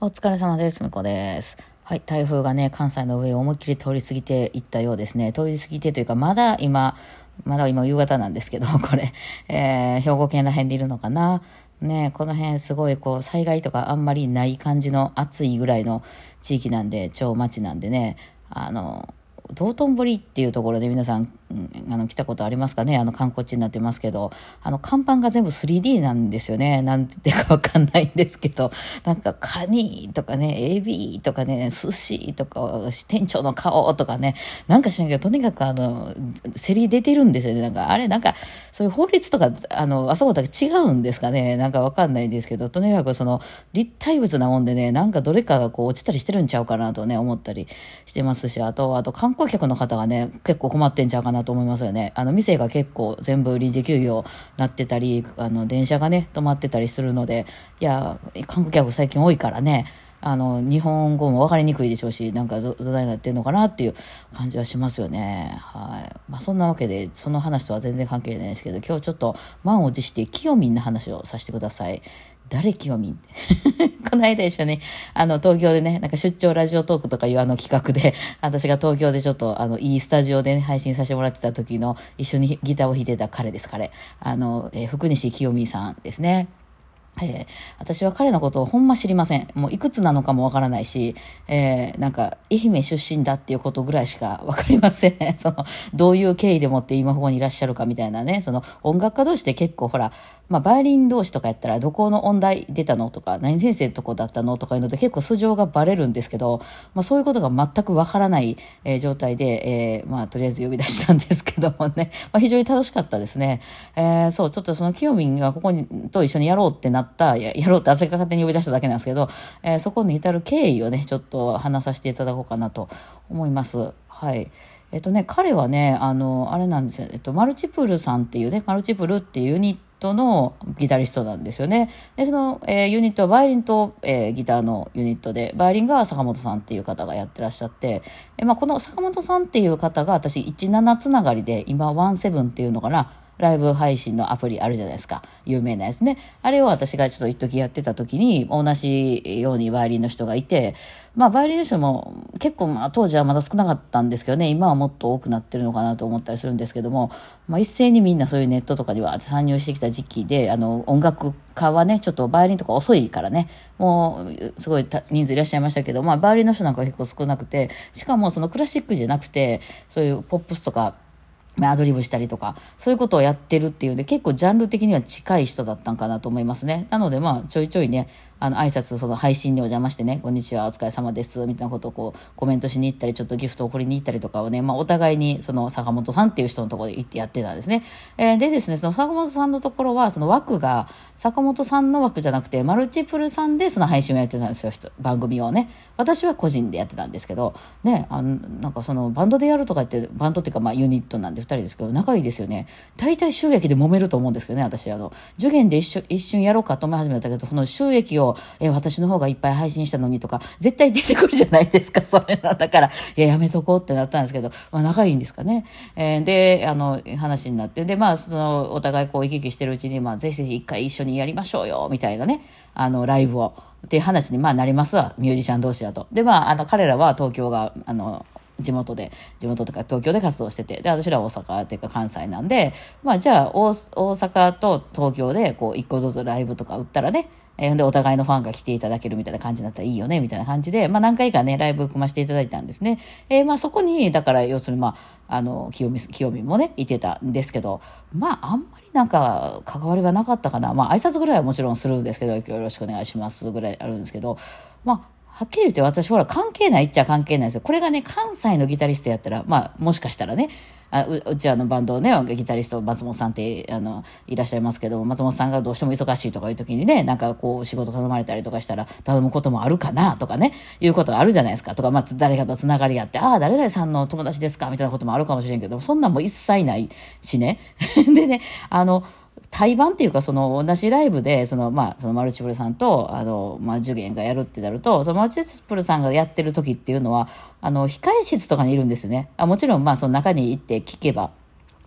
お疲れ様です。みこです。はい、台風がね、関西の上を思いっきり通り過ぎていったようですね。通り過ぎてというか、まだ今夕方なんですけど、これ、兵庫県ら辺でいるのかな。ね、この辺すごい災害とかあんまりない感じの暑いぐらいの地域なんで、超町なんでね、道頓堀っていうところで皆さん、来たことありますかね。観光地になってますけど、看板が全部 3D なんですよね。なんてかわかんないんですけど、なんかカニとかね、エビとかね、寿司とか、店長の顔とかね、なんか知らんけど、とにかく競り出てるんですよね。そういう法律とか、あそこだけ違うんですかね。なんかわかんないんですけど、とにかく立体物なもんでね、なんかどれかが落ちたりしてるんちゃうかなとね、思ったりしてますし、あと観光客の方がね、結構困ってんちゃうかなと思いますよね。店が結構全部臨時休業なってたり、電車がね、止まってたりするので、いや、観光客最近多いからね、日本語も分かりにくいでしょうし、なんか土台になってんのかなっていう感じはしますよね。はい。そんなわけで、その話とは全然関係ないですけど、今日ちょっと満を持して清民の話をさせてください。誰清民この間一緒に、東京でね、なんか出張ラジオトークとかいう企画で、私が東京でちょっと、いいスタジオで、ね、配信させてもらってた時の、一緒にギターを弾いてた彼です、彼。福西清美さんですね。私は彼のことをほんま知りません。もういくつなのかもわからないし、なんか愛媛出身だっていうことぐらいしかわかりません。どういう経緯でもって今ここにいらっしゃるかみたいなね、音楽家同士で結構ほら、バイオリン同士とかやったらどこの音大出たのとか、何先生のとこだったのとかいうので結構素性がバレるんですけど、そういうことが全くわからない、状態で、とりあえず呼び出したんですけどもね、非常に楽しかったですね。そう、ちょっと清美がここにと一緒にやろうってなったやろうって私が勝手に呼び出しただけなんですけど、そこに至る経緯をねちょっと話させていただこうかなと思います。はい。彼はねあれなんですよ。マルチプルさんっていうね、マルチプルっていうユニットのギタリストなんですよね。でその、ユニットはバイオリンと、ギターのユニットで、バイオリンが坂本さんっていう方がやってらっしゃって、この坂本さんっていう方が私17つながりで今17っていうのかな、ライブ配信のアプリあるじゃないですか。有名なやつね。あれを私がちょっと一時やってた時に、同じようにバイオリンの人がいて、バイオリンの人も結構、当時はまだ少なかったんですけどね、今はもっと多くなってるのかなと思ったりするんですけども、一斉にみんなそういうネットとかには参入してきた時期で、音楽家はね、ちょっとバイオリンとか遅いからね、もう、すごい人数いらっしゃいましたけど、バイオリンの人なんか結構少なくて、しかもクラシックじゃなくて、そういうポップスとか、アドリブしたりとか、そういうことをやってるっていうんで、結構ジャンル的には近い人だったんかなと思いますね。なのでちょいちょいね、挨拶、配信にお邪魔してね、こんにちは、お疲れ様です、みたいなことをコメントしに行ったり、ちょっとギフトを送りに行ったりとかをね、お互いに坂本さんっていう人のところで行ってやってたんですね。でですね、その坂本さんのところは、枠が、坂本さんの枠じゃなくて、マルチプルさんでその配信をやってたんですよ、番組をね。私は個人でやってたんですけど、ね、なんかバンドでやるとか言って、バンドっていうかユニットなんで2人ですけど、仲いいですよね。大体収益で揉めると思うんですけどね、私受験で一瞬やろうかと思い始めたけど、その収益を私の方がいっぱい配信したのにとか絶対出てくるじゃないですか。それだからやめとこうってなったんですけど、仲いいんですかね。で話になって、でお互い行き来してるうちにぜひぜひ一回一緒にやりましょうよみたいなね、ライブをっていう話になりますわ、ミュージシャン同士だと。で彼らは東京が地元とか東京で活動してて、で私らは大阪っていうか関西なんで、じゃあ大阪と東京で一個ずつライブとか売ったらね、でお互いのファンが来ていただけるみたいな感じになったらいいよねみたいな感じで、何回かねライブ組ませていただいたんですね。そこにだから要するに清美もねいてたんですけど、あんまりなんか関わりはなかったかな。挨拶ぐらいはもちろんするんですけど、今日よろしくお願いしますぐらいあるんですけど、はっきり言って私ほら関係ないっちゃ関係ないですよ。これがね関西のギタリストやったらもしかしたらね、うちバンドねギタリスト松本さんっていらっしゃいますけど、松本さんがどうしても忙しいとかいう時にね、なんか仕事頼まれたりとかしたら頼むこともあるかなとかね、いうことがあるじゃないですか。とか誰かとつながりがあって、誰々さんの友達ですかみたいなこともあるかもしれんけど、そんなんも一切ないしねでね対バンっていうか同じライブでそのマルチプルさんとジュゲンがやるってなると、そのマルチプルさんがやってる時っていうのは控え室とかにいるんですよね。もちろんその中に行って聞けば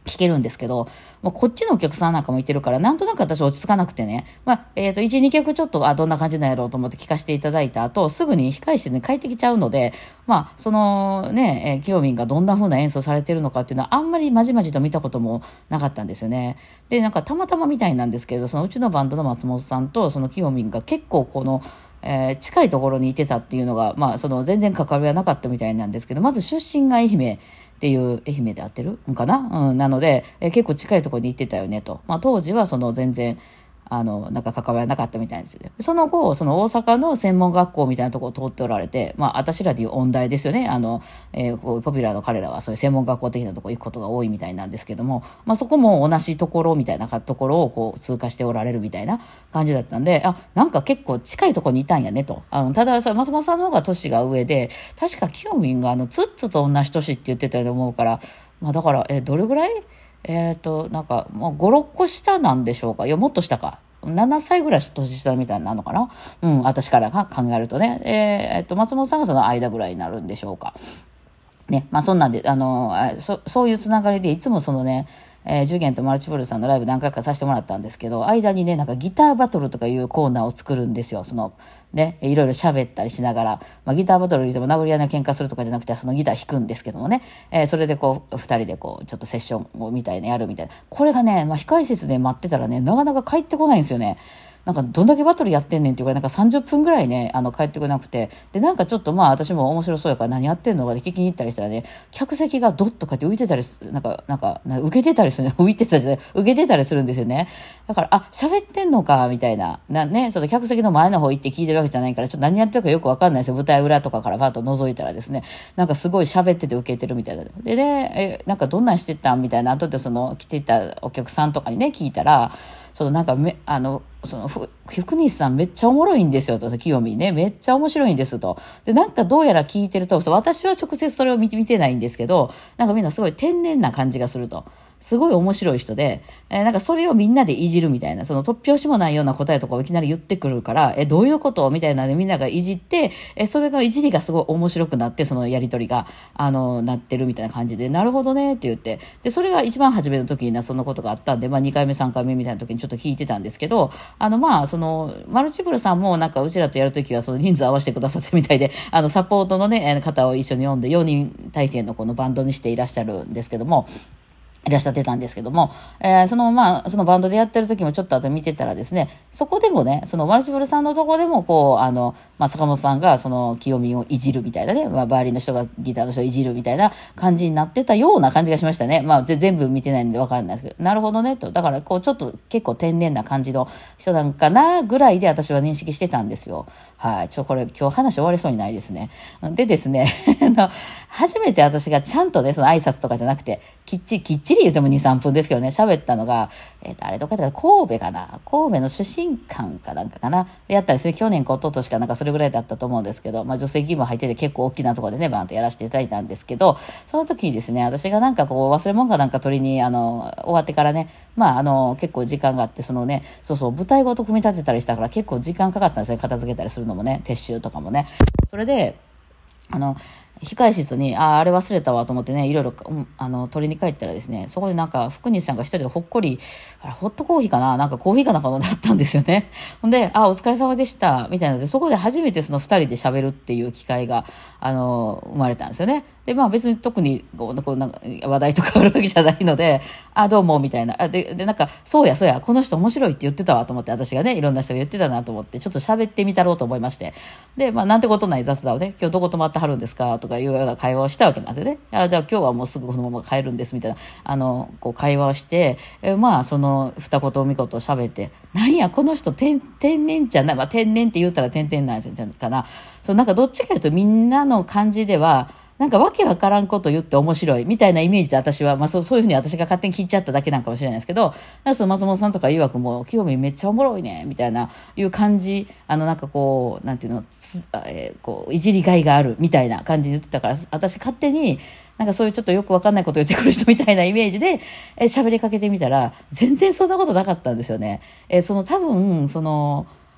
聞けるんですけど、もうこっちのお客さんなんかもいてるから、なんとなく私落ち着かなくてね、1、2曲ちょっと、どんな感じなんやろうと思って聞かせていただいた後、すぐに控室に帰ってきちゃうので、そのね、きよみんがどんな風な演奏されてるのかっていうのは、あんまりまじまじと見たこともなかったんですよね。で、なんかたまたまみたいなんですけど、そのうちのバンドの松本さんと、そのきよみんが結構近いところにいてたっていうのが、その全然関わりはなかったみたいなんですけど、まず出身が愛媛っていう、愛媛で合ってるんかな、なので、結構近いところに行ってたよねと。当時はその全然、なんか関わりはなかったみたいですよ。その後、その大阪の専門学校みたいなところを通っておられて、私らでいう音大ですよね。ポピュラーの彼らはそういう専門学校的なところ行くことが多いみたいなんですけども、そこも同じところみたいなところを通過しておられるみたいな感じだったんで、なんか結構近いところにいたんやねと。ただ、松本さんの方が年が上で、確かきよみんがツッツと同じ年って言ってたと思うから、だから、どれぐらいなんか、もう5、6個下なんでしょうか。いや、もっと下か。7歳ぐらい年下みたいになるのかな。私から考えるとね。松本さんがその間ぐらいになるんでしょうか。ね。そんなんで、そういうつながりで、いつもそのね、ジュゲンとマルチプールさんのライブ何回かさせてもらったんですけど、間にね、なんかギターバトルとかいうコーナーを作るんですよ。ね、いろいろ喋ったりしながら、ギターバトル言っても殴り合いの喧嘩するとかじゃなくて、そのギター弾くんですけどもね、それで二人でちょっとセッションをみたいなやるみたいな。これがね、控え室で待ってたらね、なかなか帰ってこないんですよね。なんかどんだけバトルやってんねんっていうぐらい、なんか30分ぐらいね、帰ってこなくて。で、なんかちょっと私も面白そうやから何やってんのかで聞きに行ったりしたらね、客席がドッとかって浮いてたり受けてたりするね、浮いてたじゃない、受けてたりするんですよね。だから、喋ってんのか、みたいな。ね、その客席の前の方行って聞いてるわけじゃないから、ちょっと何やってるかよくわかんないですよ。舞台裏とかからパッと覗いたらですね、なんかすごい喋ってて受けてるみたいな。でね、なんかどんなんしてたんみたいな、後で来ていたお客さんとかにね、聞いたら、なんか福西さんめっちゃおもろいんですよと、清美ね、めっちゃ面白いんですと。で、なんかどうやら聞いてると、私は直接それを見てないんですけど、なんかみんなすごい天然な感じがすると。すごい面白い人で、なんかそれをみんなでいじるみたいな、突拍子もないような答えとかをいきなり言ってくるから、どういうことみたいなでみんながいじって、それがいじりがすごい面白くなって、そのやりとりが、なってるみたいな感じで、なるほどねって言って、で、それが一番初めの時にそんなことがあったんで、2回目、3回目みたいな時にちょっと聞いてたんですけど、マルチブルさんもなんかうちらとやる時はその人数合わせてくださってみたいで、サポートのね、方を一緒に呼んで4人体制のこのバンドにしていらっしゃるんですけども、いらっしゃってたんですけども、そのバンドでやってる時もちょっと後見てたらですね、そこでもね、そのマルチブルさんのとこでも坂本さんがその清美をいじるみたいなね、バイオリンの人がギターの人をいじるみたいな感じになってたような感じがしましたね。全部見てないんでわからないですけど、なるほどねと。だからちょっと結構天然な感じの人なんかなぐらいで私は認識してたんですよ。はい。これ今日話終わりそうにないですね。でですね、初めて私がちゃんとね、その挨拶とかじゃなくて、きっちり言うても2、3分ですけどね、喋ったのが、あれどこだったか、神戸かな、神戸の出身館かなんかかな、でやったんですね。去年か一昨年かなんかそれぐらいだったと思うんですけど、女性義務入ってて結構大きなところでね、バーンとやらせていただいたんですけど、その時にですね、私がなんか忘れ物かなんか取りに、終わってからね、結構時間があって、舞台ごと組み立てたりしたから結構時間かかったんですね、片付けたりするのもね、撤収とかもね。それで、控え室に、あれ忘れたわと思ってね、いろいろ、取りに帰ったらですね、そこでなんか、福西さんが一人でほっこり、ホットコーヒーかななんかコーヒーかなんか飲んだったんですよね。ほんで、お疲れ様でした、みたいなので、そこで初めてその二人で喋るっていう機会が、生まれたんですよね。で、別に特に、なんか話題とかあるわけじゃないので、どうも、みたいな。で、なんか、そうや、この人面白いって言ってたわと思って、私がね、いろんな人が言ってたなと思って、ちょっと喋ってみたろうと思いまして。で、なんてことない雑談をね、今日どこ泊まってはるんですかとかいうような会話をしたわけなんですよね。じゃあ今日はもうすぐこのまま帰るんです、みたいな、会話をして、その二言三言喋って、なんや、この人天然じゃない、天然って言ったら天然なんじゃないかな。なんかどっちかというとみんなの感じでは、なんかわけわからんこと言って面白いみたいなイメージで私は、そういうふうに私が勝手に聞いちゃっただけなんかもしれないですけど、なんか松本さんとか曰くも、清美めっちゃおもろいね、みたいな、いう感じ、なんかなんていうの、いじりがいがあるみたいな感じで言ってたから、私勝手に、なんかそういうちょっとよくわかんないこと言ってくる人みたいなイメージで、喋りかけてみたら、全然そんなことなかったんですよね。多分、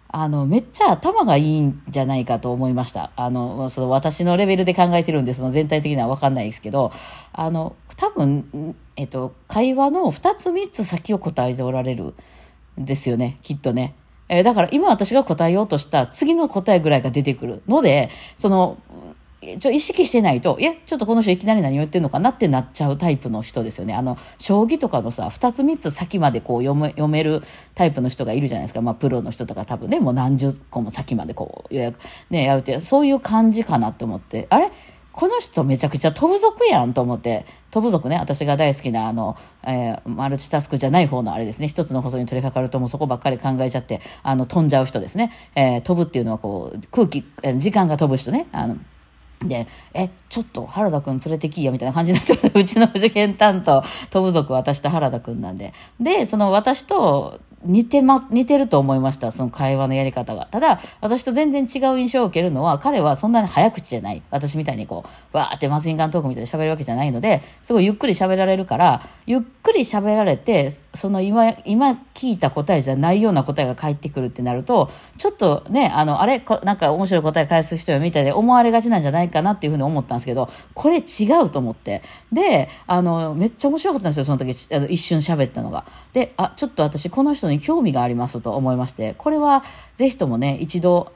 めっちゃ頭がいいんじゃないかと思いました。その私のレベルで考えてるんで、その全体的には分かんないですけど、多分、会話の2つ3つ先を答えておられるんですよね、きっとね。だから今私が答えようとした次の答えぐらいが出てくるので、意識してないと、ちょっとこの人いきなり何を言ってんのかなってなっちゃうタイプの人ですよね。将棋とかのさ、二つ三つ先までこう読めるタイプの人がいるじゃないですか。まあ、プロの人とか多分ね、もう何十個も先までこう予約、ね、やるって、そういう感じかなって思って、あれこの人めちゃくちゃ飛ぶ族やんと思って、飛ぶ族ね、私が大好きなマルチタスクじゃない方のあれですね、一つのことに取り掛かるともうそこばっかり考えちゃって、飛んじゃう人ですね。飛ぶっていうのはこう、時間が飛ぶ人ね。で、ちょっと原田くん連れてきいやみたいな感じになってます。うちの受験担当、飛ぶ族私と原田くんなんで。で、その私と似てると思いました。その会話のやり方が。ただ、私と全然違う印象を受けるのは、彼はそんなに早口じゃない。私みたいにこう、わーってマシンガントークみたいに喋るわけじゃないので、すごいゆっくり喋られるから、ゆっくり喋られて、その今聞いた答えじゃないような答えが返ってくるってなると、ちょっとね、なんか面白い答え返す人よみたいで思われがちなんじゃないかなっていうふうに思ったんですけど、これ違うと思って。で、めっちゃ面白かったんですよ、その時、一瞬喋ったのが。で、ちょっと私この人に興味がありますと思いまして、これはぜひともね、一度、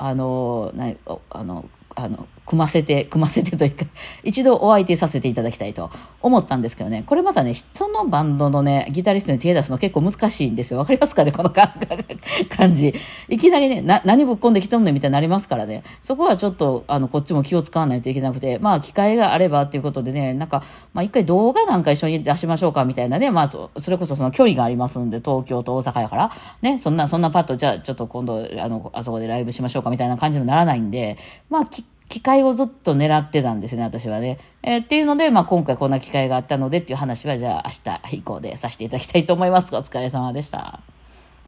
組ませてというか、一度お相手させていただきたいと思ったんですけどね、これまたね、人のバンドのね、ギタリストに手出すの結構難しいんですよ。わかりますかね、この感じ。いきなりね、何ぶっこんできとんねんみたいになりますからね、そこはちょっと、こっちも気を使わないといけなくて、まあ、機会があればっていうことでね、なんか、まあ、一回動画なんか一緒に出しましょうかみたいなね、まあ、それこそその距離がありますんで、東京と大阪やから、ね、そんなパッと、じゃあ、ちょっと今度、あそこでライブしましょうかみたいな感じにならないんで、まあ、機会をずっと狙ってたんですね、私はね。っていうので、まあ今回こんな機会があったのでっていう話は、じゃあ明日以降でさせていただきたいと思います。お疲れ様でした。